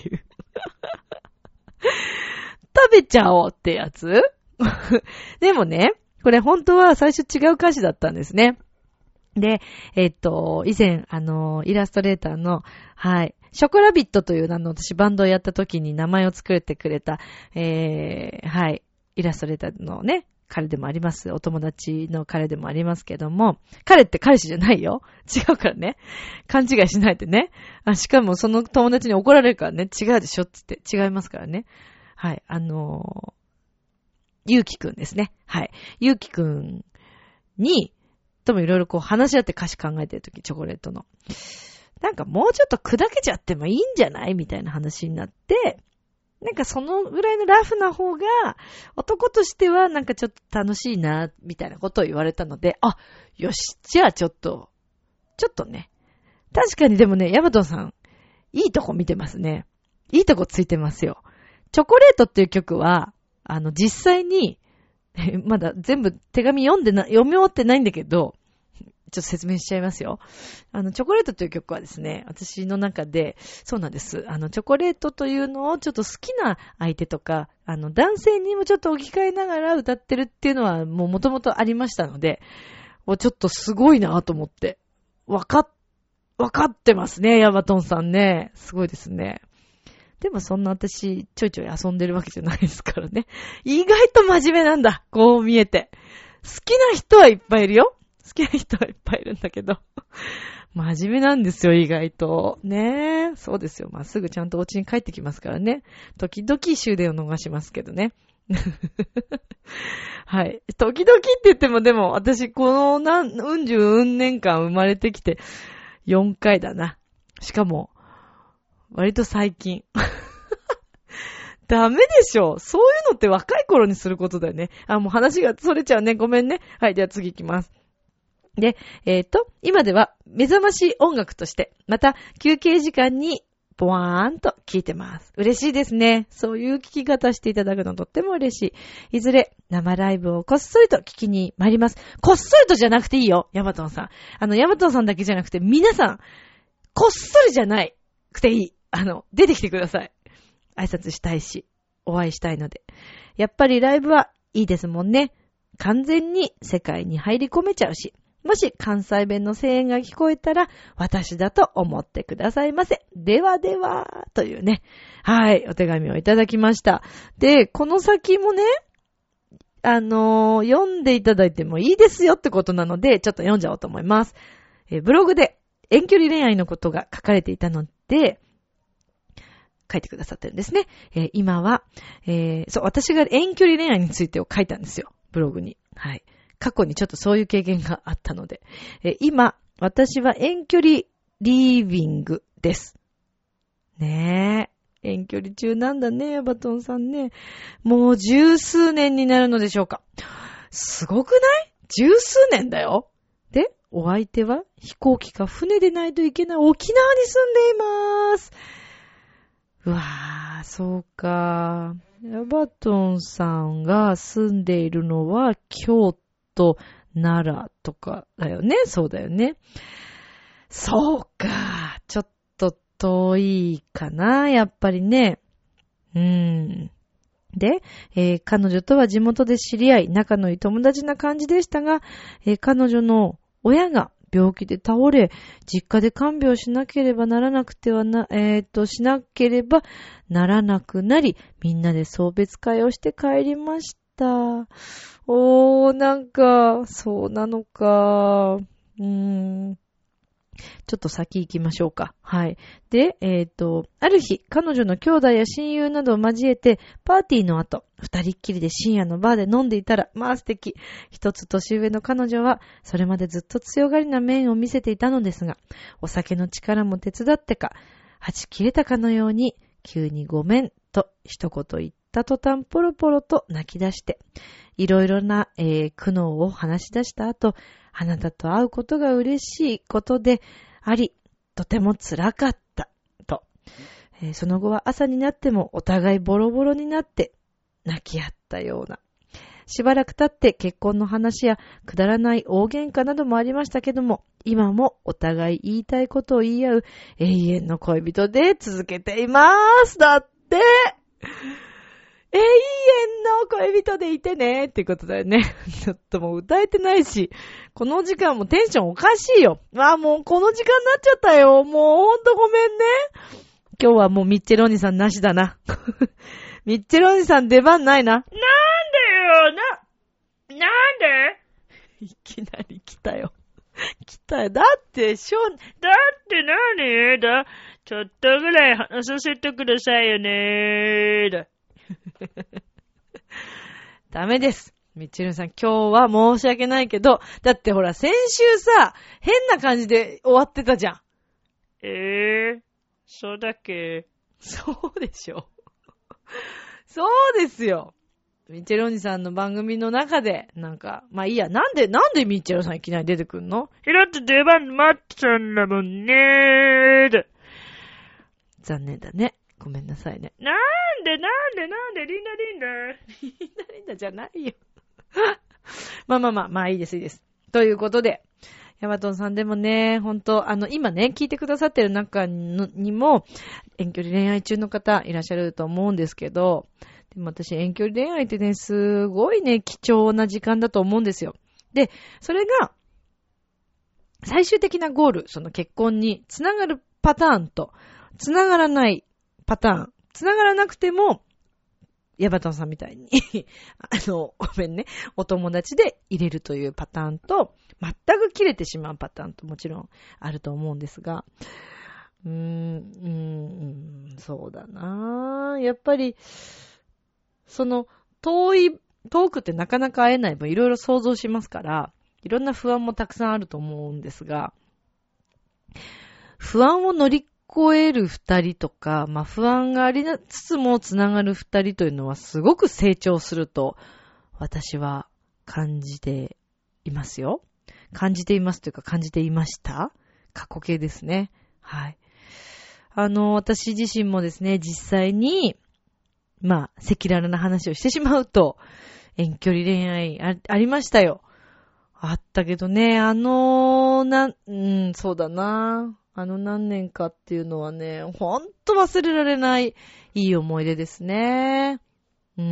食べちゃおうってやつでもね、これ本当は最初違う歌詞だったんですね。で、えっと、以前、あの、イラストレーターの、はい、ショコラビットという名の私バンドをやった時に名前を作ってくれた、えー、はい、イラストレーターのね、 彼でもあります。お友達の彼でもありますけども、彼って彼氏じゃないよ。違うからね。勘違いしないでね。あ、しかもその友達に怒られるからね。違うでしょっつって違いますからね。はい。あのー、ゆうきくんですね。はい。ゆうきくんに、ともいろいろこう話し合って歌詞考えてるとき、チョコレートの。なんかもうちょっと砕けちゃってもいいんじゃないみたいな話になって、なんかそのぐらいのラフな方が、男としてはなんかちょっと楽しいな、みたいなことを言われたので、あ、よし、じゃあちょっと、ちょっとね。確かにでもね、ヤマトンさん、いいとこ見てますね。いいとこついてますよ。チョコレートっていう曲は、あの、実際に、まだ全部手紙読んでな、読み終わってないんだけど、ちょっと説明しちゃいますよ。あの、チョコレートという曲はですね、私の中で、そうなんです。あの、チョコレートというのをちょっと好きな相手とか、あの、男性にもちょっと置き換えながら歌ってるっていうのは、もう元々ありましたので、ちょっとすごいなと思って。わかっ、わかってますね、ヤバトンさんね。すごいですね。でもそんな私、ちょいちょい遊んでるわけじゃないですからね。意外と真面目なんだ。こう見えて。好きな人はいっぱいいるよ。好きな人はいっぱいいるんだけど。真面目なんですよ、意外と。ねえ。そうですよ。まあ、すぐちゃんとお家に帰ってきますからね。時々終電を逃しますけどね。はい。時々って言ってもでも、私、この何、うん十うん年間生まれてきて、よんかいだな。しかも、割と最近。ダメでしょ。そういうのって若い頃にすることだよね。あ、もう話がそれちゃうね。ごめんね。はい、では次行きます。で、えっと、今では目覚ましい音楽として、また休憩時間にポワーンと聞いてます。嬉しいですね。そういう聞き方していただくのとっても嬉しい。いずれ生ライブをこっそりと聞きに参ります。こっそりとじゃなくていいよ。ヤマトンさん。あの、ヤマトンさんだけじゃなくて皆さん、こっそりじゃないくていい。あの、出てきてください。挨拶したいし、お会いしたいので。やっぱりライブはいいですもんね。完全に世界に入り込めちゃうし。もし関西弁の声援が聞こえたら、私だと思ってくださいませ。ではでは、というね。はい、お手紙をいただきました。で、この先もね、あのー、読んでいただいてもいいですよってことなので、ちょっと読んじゃおうと思います。えー、ブログで遠距離恋愛のことが書かれていたので、書いてくださってるんですね。えー、今は、えー、そう、私が遠距離恋愛についてを書いたんですよ。ブログに。はい。過去にちょっとそういう経験があったので。えー、今、私は遠距離リービングです。ねえ。遠距離中なんだね、ヤバトンさんね。もう十数年になるのでしょうか。すごくない？十数年だよ。で、お相手は飛行機か船でないといけない沖縄に住んでいます。うわぁ、そうか。ヤバトンさんが住んでいるのは京都、奈良とかだよね。そうだよね。そうか。ちょっと遠いかな。やっぱりね。うーん。で、えー、彼女とは地元で知り合い、仲のいい友達な感じでしたが、えー、彼女の親が病気で倒れ、実家で看病しなければならなくてはな、えーと、しなければならなくなり、みんなで送別会をして帰りました。おー、なんか、そうなのか。うーん。ちょっと先行きましょうか。はい。で、えっと、ある日、彼女の兄弟や親友などを交えて、パーティーの後、二人っきりで深夜のバーで飲んでいたら、まあ素敵。一つ年上の彼女は、それまでずっと強がりな面を見せていたのですが、お酒の力も手伝ってか、はち切れたかのように、急にごめんと一言言った途端ポロポロと泣き出して、いろいろな、えー、苦悩を話し出した後、あなたと会うことが嬉しいことであり、とても辛かった、と。えー、その後は朝になってもお互いボロボロになって泣き合ったような。しばらく経って結婚の話やくだらない大喧嘩などもありましたけども、今もお互い言いたいことを言い合う永遠の恋人で続けています。だって。永遠の恋人でいてねっていうことだよね。ちょっともう歌えてないし、この時間もテンションおかしいよ。ああ、もうこの時間になっちゃったよ。もうほんとごめんね。今日はもうミッチェローニさんなしだな。ミッチェローニさん出番ないな。なんでよな。 いきなり来たよ。来たよ。だって、しょ、だって何だ、ちょっとぐらい話させてくださいよねだ。ダメです。みちるさん、今日は申し訳ないけど、だってほら、先週さ、変な感じで終わってたじゃん。えー、そうだっけ。そうでしょ。そうですよ。ミッチェルおじさんの番組の中で、なんか、まあいいや、なんで、なんでミッチェルさんいきなり出てくんの？だって出番待ってたんだもんねーで。残念だね。ごめんなさいね。なんで、なんで、なんで、リンダリンダ。リンダリンダじゃないよ。まあまあまあ、まあいいです、いいです。ということで、ヤマトンさんでもね、ほんと、あの、今ね、聞いてくださってる中にも、遠距離恋愛中の方いらっしゃると思うんですけど、でも私、遠距離恋愛ってね、すごいね、貴重な時間だと思うんですよ。で、それが、最終的なゴール、その結婚につながるパターンと、つながらないパターン、つながらなくても、ヤバトンさんみたいに、あの、ごめんね、お友達で入れるというパターンと、全く切れてしまうパターンともちろんあると思うんですが、うーん、うーん、そうだなぁ。やっぱり、その、遠い、遠くってなかなか会えない分、いろいろ想像しますから、いろんな不安もたくさんあると思うんですが、不安を乗り越える二人とか、まあ不安がありつつもつながる二人というのはすごく成長すると、私は感じていますよ。感じていますというか感じていました。過去形ですね。はい。あの、私自身もですね、実際に、まあ、赤裸々な話をしてしまうと、遠距離恋愛 あ, ありましたよ。あったけどね、あの、な、うん、そうだな。あの何年かっていうのはね、ほんと忘れられないいい思い出ですね。うん。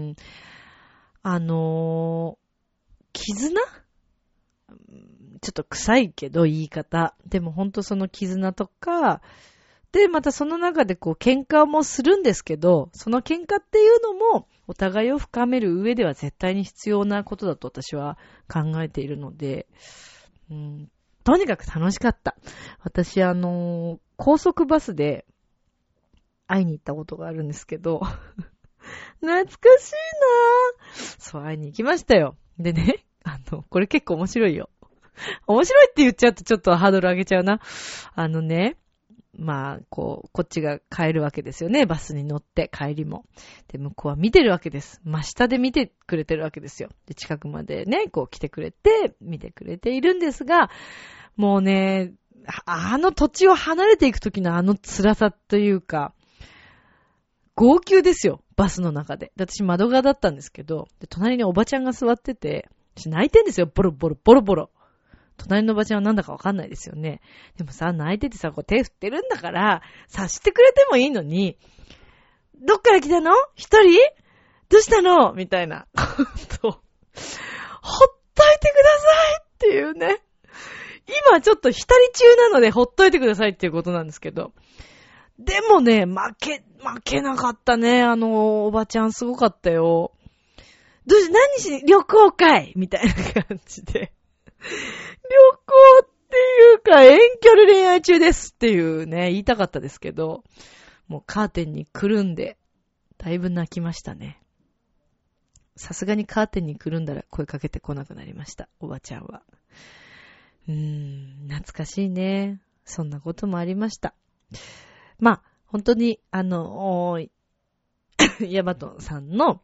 あの、絆？ちょっと臭いけど言い方。でもほんとその絆とか、で、またその中でこう喧嘩もするんですけど、その喧嘩っていうのもお互いを深める上では絶対に必要なことだと私は考えているので、うん、とにかく楽しかった。私あのー、高速バスで会いに行ったことがあるんですけど、懐かしいなぁ。そう、会いに行きましたよ。でね、あの、これ結構面白いよ。面白いって言っちゃうとちょっとハードル上げちゃうな。あのね、まあ、こう、こっちが帰るわけですよね。バスに乗って帰りも。で、向こうは見てるわけです。真下で見てくれてるわけですよ。で、近くまでね、こう来てくれて、見てくれているんですが、もうね、あの土地を離れていくときのあの辛さというか、号泣ですよ。バスの中で。で、私窓側だったんですけど、で、隣におばちゃんが座ってて、私泣いてんですよ。ボロボロ、ボロボロ。隣のおばちゃんはなんだかわかんないですよね。でもさ、泣いててさ、こう手振ってるんだから、察してくれてもいいのに、どっから来たの？一人？どうしたの？みたいな。ほっといてくださいっていうね。今ちょっと浸り中なのでほっといてくださいっていうことなんですけど。でもね、負け、負けなかったね。あの、おばちゃんすごかったよ。どうし、何しに、旅行会みたいな感じで。旅行っていうか遠距離恋愛中ですっていうね、言いたかったですけど、もうカーテンにくるんで、だいぶ泣きましたね。さすがにカーテンにくるんだら声かけてこなくなりました、おばちゃんは。うーん、懐かしいね。そんなこともありました。まあ、本当に、あの、おーい、ヤマトさんの、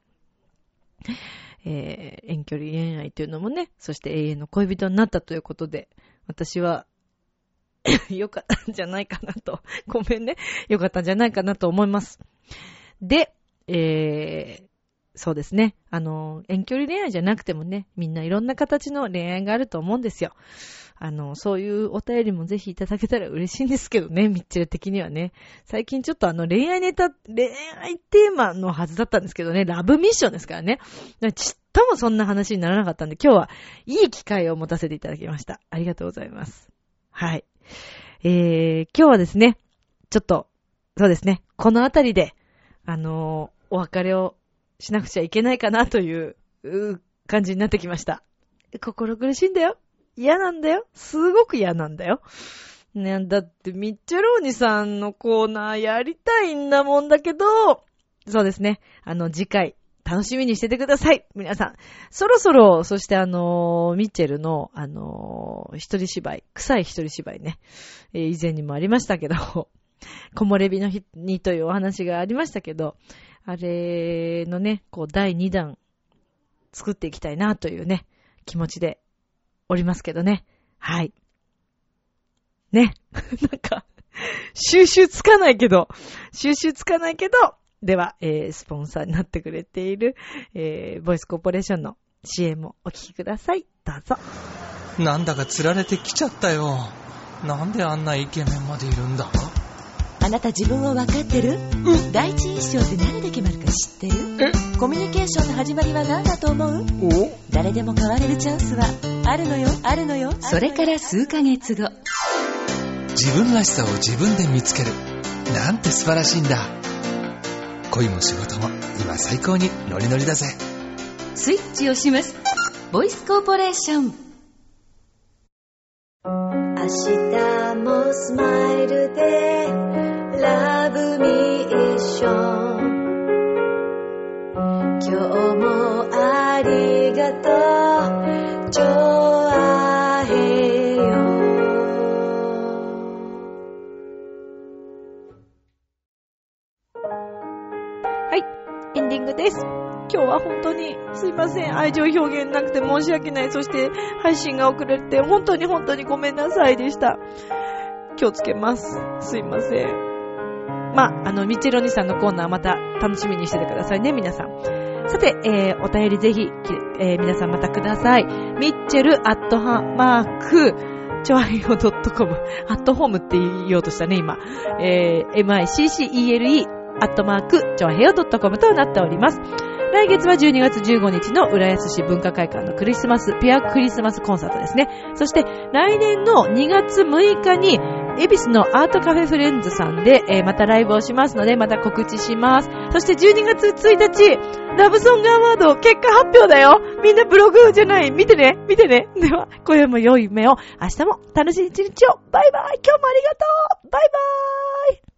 えー、遠距離恋愛というのもね、そして永遠の恋人になったということで、私は良かったんじゃないかなと、ごめんね、良かったんじゃないかなと思います。で、えー、そうですね、あの、遠距離恋愛じゃなくてもね、みんないろんな形の恋愛があると思うんですよ。あの、そういうお便りもぜひいただけたら嬉しいんですけどね、ミッチェル的にはね。最近ちょっとあの恋愛ネタ、恋愛テーマのはずだったんですけどね、ラブミッションですからね。ちっともそんな話にならなかったんで、今日はいい機会を持たせていただきました。ありがとうございます。はい。えー、今日はですね、ちょっと、そうですね、このあたりで、あのー、お別れをしなくちゃいけないかなという、う感じになってきました。 心苦しいんだよ。嫌なんだよ。すごく嫌なんだよ。ね、だってミッチェローニさんのコーナーやりたいんだもんだけど、そうですね。あの、次回、楽しみにしててください。皆さん。そろそろ、そしてあのー、ミッチェルの、あのー、一人芝居、臭い一人芝居ね。えー、以前にもありましたけど、木漏れ日の日にというお話がありましたけど、あれのね、こう、だいにだん、作っていきたいなというね、気持ちでおりますけどね。はい。ね。なんか、収集つかないけど、収集つかないけど、では、えー、スポンサーになってくれている、えー、ボイスコーポレーションの シーエム をお聞きください。どうぞ。 なんだか釣られてきちゃったよ。なんであんなイケメンまでいるんだ？ あなた自分を分かってる？うん。第一印象って何で決まるか知ってる？え？コミュニケーションの始まりは何だと思う？お？誰でも変われるチャンスはあるのよ、あるのよ。それから数ヶ月後。 自分らしさを自分で見つける。なんて素晴らしいんだ。恋も仕事も今最高にノリノリだぜ。 スイッチをします。ボイスコーポレーション。 明日もスマイルでラブミッション。今日もありがとう。ちょあへよ。 はい、エンディングです。今日は本当にすいません。愛情表現なくて申し訳ない。そして配信が遅れて本当に本当にごめんなさいでした。気をつけます。すいません。まあ、あの、ミッチェロニさんのコーナーまた楽しみにしててくださいね、皆さん。さて、えー、お便りぜひ、えー、皆さんまたください。ミッチェルアットハマーク、チョアヘヨ .com、アットホームって言おうとしたね、今。えー、エムアイシーシーイーエルイー、アットマーク、チョアヘヨ .com となっております。来月はじゅうにがつじゅうごにちの浦安市文化会館のクリスマス、ピュアクリスマスコンサートですね。そして来年のにがつむいかに恵比寿のアートカフェフレンズさんで、えー、またライブをしますのでまた告知します。そしてじゅうにがつついたちラブソングアワード結果発表だよ。みんなブログじゃない。見てね。見てね。では、今夜も良い夢を。明日も楽しい一日を。バイバイ。今日もありがとう。バイバイ。